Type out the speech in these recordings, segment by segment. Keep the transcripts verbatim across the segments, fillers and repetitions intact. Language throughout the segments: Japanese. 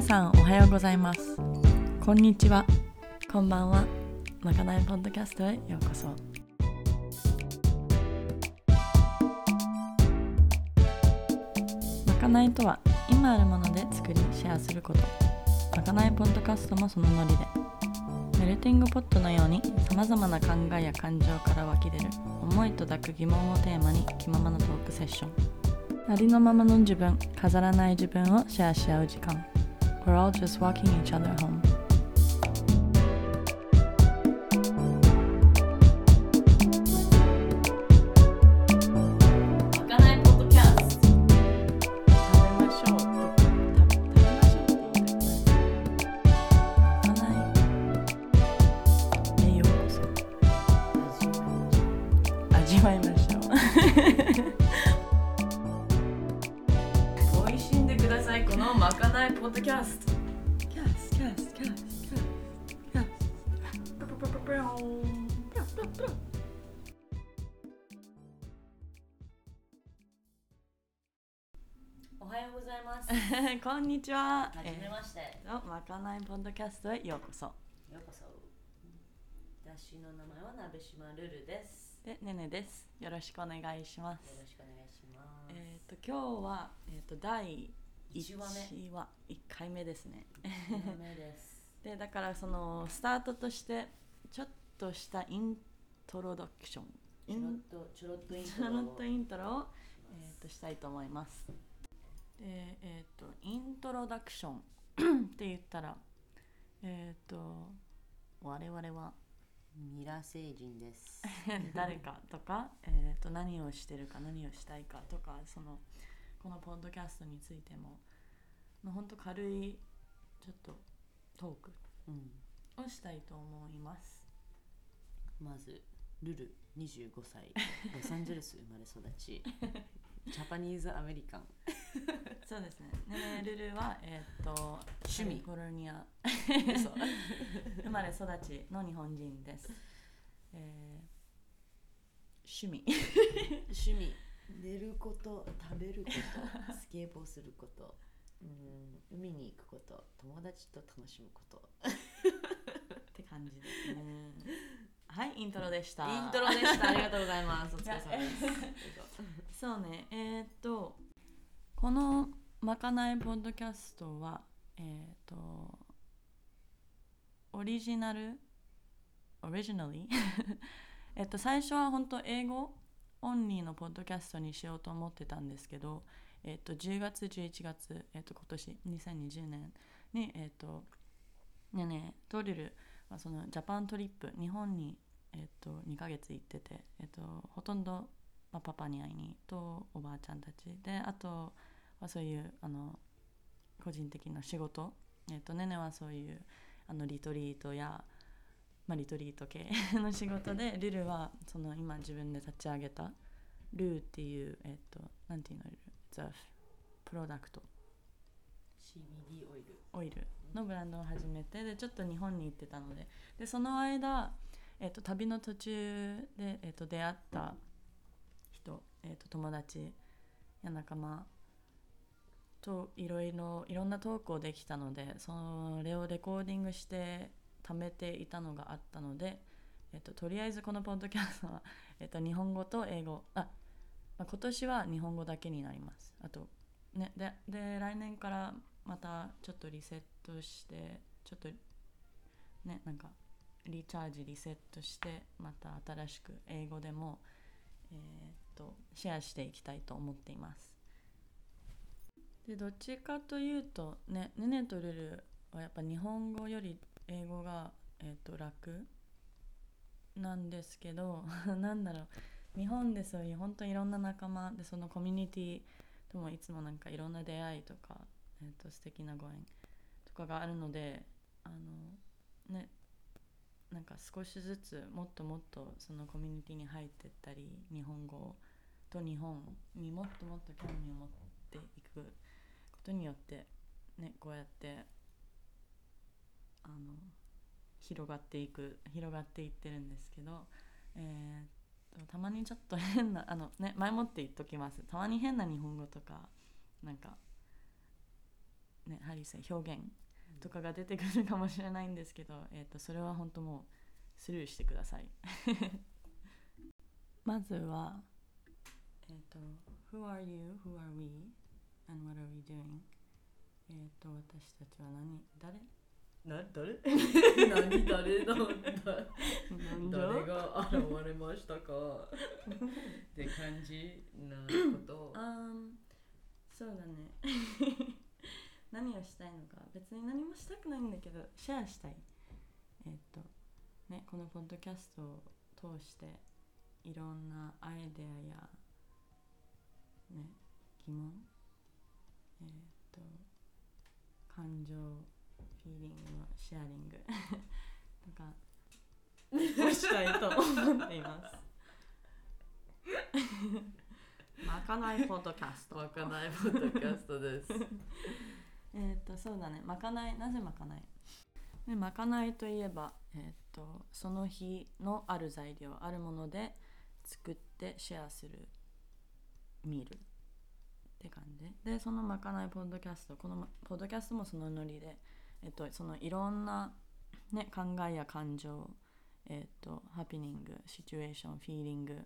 さんおはようございます。こんにちは、こんばんは。まかないポッドキャストへようこそ。まかないとは今あるもので作りシェアすること。まかないポッドキャストもそのノリでメルティングポットのようにさまざまな考えや感情から湧き出る思いと抱く疑問をテーマに気ままなトークセッション。ありのままの自分、飾らない自分をシェアし合う時間。We're all just walking each other home. まかないポッドキャスト。 食べましょうって食べましょうって言いたくない。まかないへようこそ。味わいましょう。 美味しんでください。このまかないポッドキャスト。 キャスキャスキャスキャスキャス。プププププヨーン。ププププ。 おはようございます。 こんにちは。 はじめまして。 えーとまかないポッドキャストへようこそ。 ようこそ。私の名前は鍋島ルルです。 で、ねねです。よろしくお願いします。 よろしくお願いします。 えっ、と今日はえっ、と第いちわめ。 は一回目ですね。 いちわめです。 で、だからそのスタートとしてちょっとしたイントロダクション、 ちょろっとちょろっとインちトロをょろっとイントロをえっ、としたいと思います。で、えっ、とイントロダクションって言ったら、えっ、と我々はミラ星人です。 誰かとか、えー、と何をしてるか何をしたいかとか、そのこのポッドキャストについてもの本当軽いちょっとトークうん、 をしたいと思います。 まずルルにじゅうごさい、ロサンゼルス生まれ育ち、ジャパニーズアメリカン。 そうですね。ねルルはえっ、と趣味カリフォルニア嘘生まれ育ちの日本人です。えー、趣味趣味、寝ること、食べること、スケボーすること、うん、海に行くこと、友達と楽しむことって感じですね。はい、イントロでした。 イントロでした。ありがとうございます。お疲れ様です。 そうね、えー、っとこのまかないポッドキャストはえー、っとオリジナルオリジナリえっと最初は本当英語オンリーのポッドキャストにしようと思ってたんですけど、えっとじゅうがつじゅういちがつ、えっと今年にせんにじゅうねんにえっとねねトリルはそのジャパントリップ日本にえっとにかげつ行ってて、えっとほとんど、まあ、パパに会いにとおばあちゃんたちで、あとはそういうあの個人的な仕事、えっとねねはそういうあのリトリートや、まあ、リトリート系の仕事で、ルルはその今自分で立ち上げたルーっていう、えっとなんていうの、ループロダクトシービーディー オイルオイルのブランドを始めて、でちょっと日本に行ってたので、でその間、えっと旅の途中で、えっと出会った人、えっと友達や仲間といろいろいろんなトークをできたので、それをレコーディングして貯めていたのがあったので、えっと、とりあえずこのポッドキャストは、えっと、日本語と英語、あ、まあ、今年は日本語だけになります。あと、ね、で, で来年からまたちょっとリセットしてちょっとねなんかリチャージリセットしてまた新しく英語でも、えー、っとシェアしていきたいと思っています。でどっちかというとね、ねねとルルはやっぱ日本語より英語が、えー、と楽なんですけどなんだろう、日本でそういう本当にいろんな仲間で、そのコミュニティともいつもなんかいろんな出会いとか、えー、と素敵なご縁とかがあるので、あのねなんか少しずつもっともっとそのコミュニティに入っていったり、日本語と日本にもっともっと興味を持っていくことによってね、こうやってあの広がっていく広がっていってるんですけど、えー、たまにちょっと変なあのね前もって言っときます。たまに変な日本語とかなんかね、ハリーさん表現とかが出てくるかもしれないんですけど、えー、とそれは本当もうスルーしてくださいまずは、えー、と Who are you? Who are we? And what are we doing? えー、と私たちは何誰な誰何誰なんだなんだ誰が現れましたかって感じなことあーそうだね何をしたいのか別に何もしたくないんだけどシェアしたいえっ、とねこのポッドキャストを通していろんなアイデアやね疑問えっ、と感情フィーリングのシェアリングとかをしたいと思っていますまかないポッドキャストまかないポッドキャストですえっとそうだねまかないなぜまかないでまかないといえば、えー、とその日のある材料あるもので作ってシェアするミールって感じでそのまかないポッドキャストこのポッドキャストもそのノリで、えー、とそのいろんな、ね、考えや感情、えー、とハプニングシチュエーションフィーリング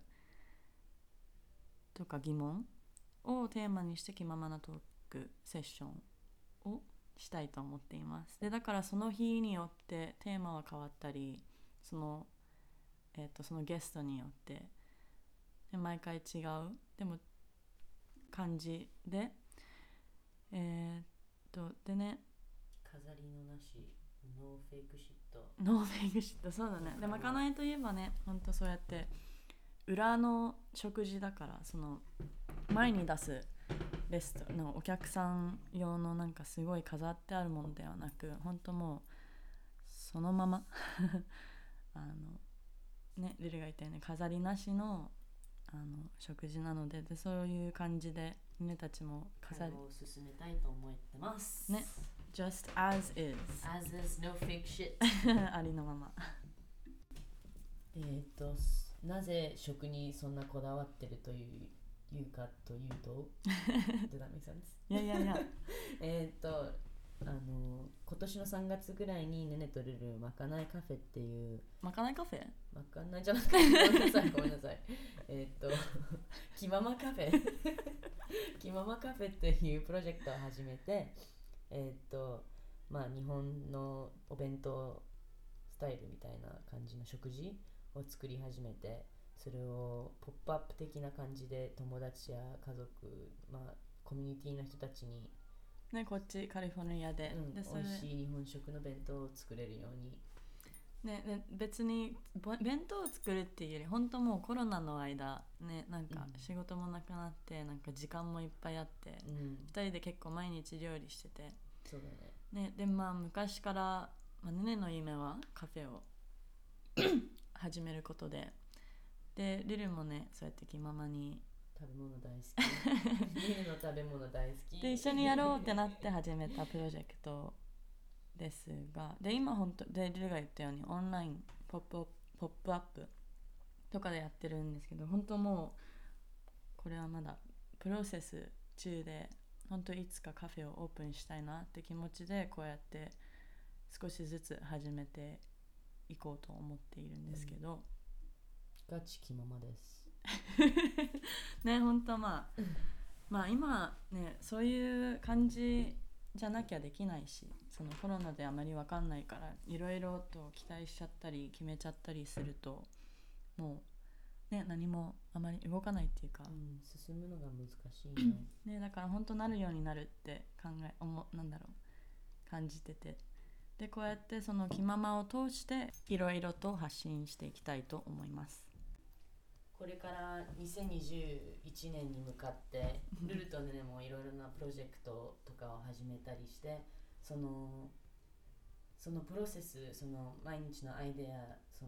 とか疑問をテーマにして気ままなトークセッションをしたいと思っています。でだからその日によってテーマは変わったりその、えー、とそのゲストによってで毎回違うでも感じでえー、っとでね飾りのなしノーフェイクシットノーフェイクシットそうだねでまかないといえばねほんとそうやって裏の食事だからその前に出すレストのお客さん用のなんかすごい飾ってあるものではなく本当もうそのままあのねリルが言ったように飾りなしのあの食事なの で, でそういう感じで犬たちも飾りを進めたいと思ってますね just as is as is no fake shit ありのままえっとなぜ食にそんなこだわってるといういうかというとDid that make sense? いやいやいやえっとあの今年のさんがつぐらいにねねとルルまかないカフェっていうまかないカフェまかないじゃなくてごめんなさいごめんなさいえっと気ままカフェ気ままカフェっていうプロジェクトを始めてえっとまあ日本のお弁当スタイルみたいな感じの食事を作り始めてそれをポップアップ的な感じで友達や家族、まあ、コミュニティの人たちに、 ね、こっちカリフォルニアで、 うん、 でそれ美味しい日本食の弁当を作れるように、 ね、で別に弁当を作るっていうより本当もうコロナの間、ね、なんか仕事もなくなって、うん、なんか時間もいっぱいあって、うん、ふたりで結構毎日料理しててそうだね、 ね、でまあ昔から、まあ、ねねの夢はカフェを始めることででリルもねそうやって気ままに食べ物大好きリルの食べ物大好きで一緒にやろうってなって始めたプロジェクトですがで今本当でリルが言ったようにオンラインポップポップアップとかでやってるんですけど本当もうこれはまだプロセス中で本当いつかカフェをオープンしたいなって気持ちでこうやって少しずつ始めていこうと思っているんですけど、うん、 ガチ気ままですね本当まあまあ今ねそういう感じじゃなきゃできないしそのコロナであまり分かんないからいろいろと期待しちゃったり決めちゃったりするともうね何もあまり動かないっていうか、 うん、進むのが難しいねねだから本当なるようになるって考え思なんだろう感じててでこうやってその気ままを通していろいろと発信していきたいと思います。 これからにせんにじゅういちねんに向かってルルとネネもいろいろなプロジェクトとかを始めたりしてそのそのプロセスその毎日のアイデアその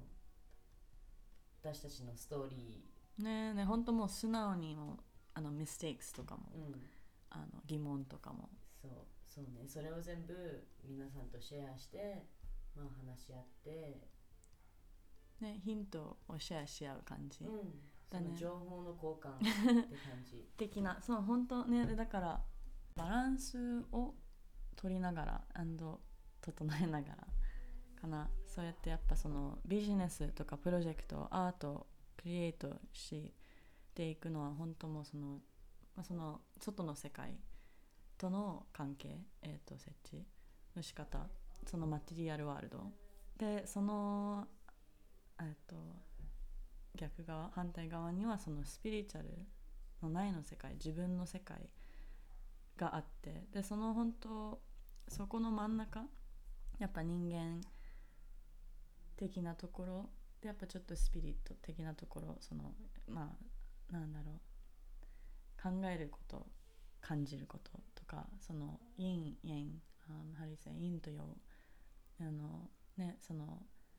私たちのストーリーねえねえ本当もう素直にもあのミステイクスとかも、うん、あの疑問とかもそうそうねそれを全部皆さんとシェアしてまあ話し合ってね、ヒントをシェアし合う感じ、うんだね、その情報の交換って感じ的なそう本当ねだからバランスを取りながら整えながらかな。そうやってやっぱそのビジネスとかプロジェクトアートをクリエイトしていくのは本当もうその、まあ、その外の世界との関係、えー、と設置の仕方、そのマテリアルワールドで、その、えー、と逆側反対側にはそのスピリチュアルの内の世界、自分の世界があって、でその本当そこの真ん中、やっぱ人間的なところでやっぱちょっとスピリット的なところ、そのまあなんだろう、考えること、感じることとか、その陰陽、ハリセ陰と陽、あのね、その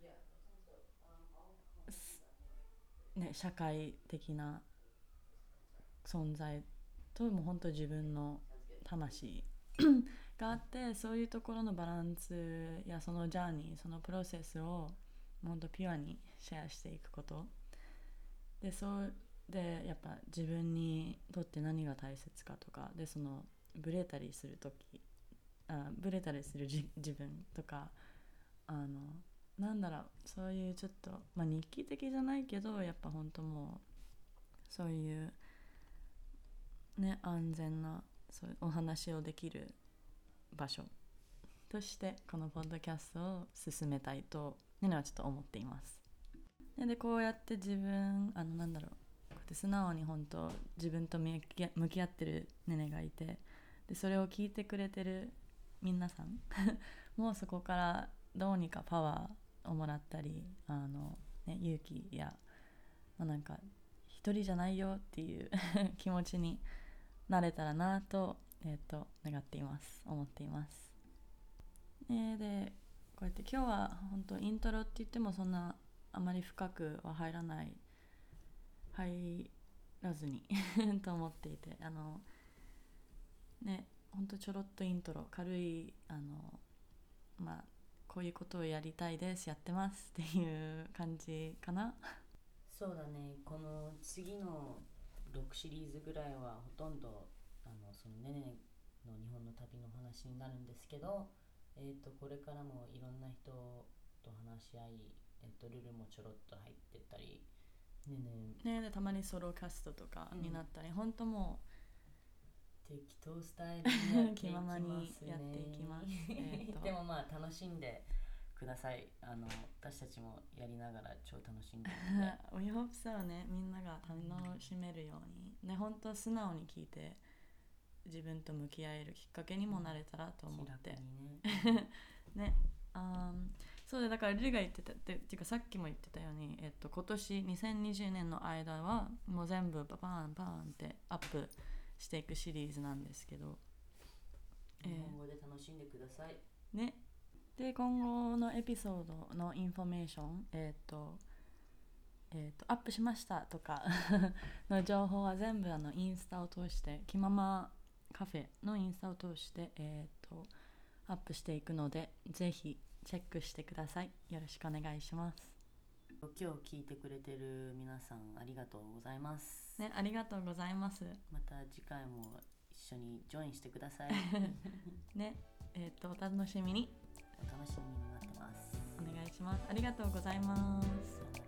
ね、社会的な存在とも本当自分の魂があって、そういうところのバランスやそのジャーニー、そのプロセスを本当ピュアにシェアしていくことで、そうでやっぱ自分にとって何が大切かとかで、そのブレたりするとき、あブレたりするじ自分とか、あのなんだろう、そういうちょっと、まあ、日記的じゃないけどやっぱ本当もうそういうね、安全なそういうお話をできる場所としてこのポッドキャストを進めたいというのはちょっと思っています。で, でこうやって自分あのなんだろうこうやって素直に本当自分と向き合向き合ってるネネがいて、でそれを聞いてくれてる皆さんもうそこからどうにかパワーをもらったり、あの、ね、勇気や、まあ、なんか一人じゃないよっていう気持ちになれたらなと、えー、と願っています思っています、えー、でこうやって今日は本当イントロって言ってもそんなあまり深くは入らない入らずにと思っていて、あのね本当ちょろっとイントロ軽い、あのまあこういうことをやりたいです、やってますっていう感じかな。 そうだね、この次のろくシリーズぐらいはほとんどあのそのねねの日本の旅の話になるんですけど、えー、とこれからもいろんな人と話し合い、えー、とルルもちょろっと入ってったりねね、でたまにソロキャストとかになったり、うん、本当もう適当スタイルにやっていきますね。 気ままにやっていきます、えー、とでもまあ楽しんでください。あの私たちもやりながら超楽しんでるので We hope so ね、みんなが楽しめるように、ね、本当素直に聞いて自分と向き合えるきっかけにもなれたらと思って、うん、ねね、あそうでだからルが言ってたっていうかさっきも言ってたように、えっと、今年にせんにじゅうねんの間はもう全部パパーンパーンってアップしていくシリーズなんですけど、 日本語で楽しんでください、 えー、ね。で今後のエピソードのインフォメーション、えっとえー、とアップしましたとかの情報は全部あのインスタを通して気ままカフェのインスタを通して、えー、とアップしていくのでぜひチェックしてください。よろしくお願いします。 今日聞いてくれてる皆さんありがとうございます、 ね、ありがとうございます。 また次回も一緒にジョインしてくださいね、えー、とお楽しみにお楽しみに待ってます。 お願いします。ありがとうございます。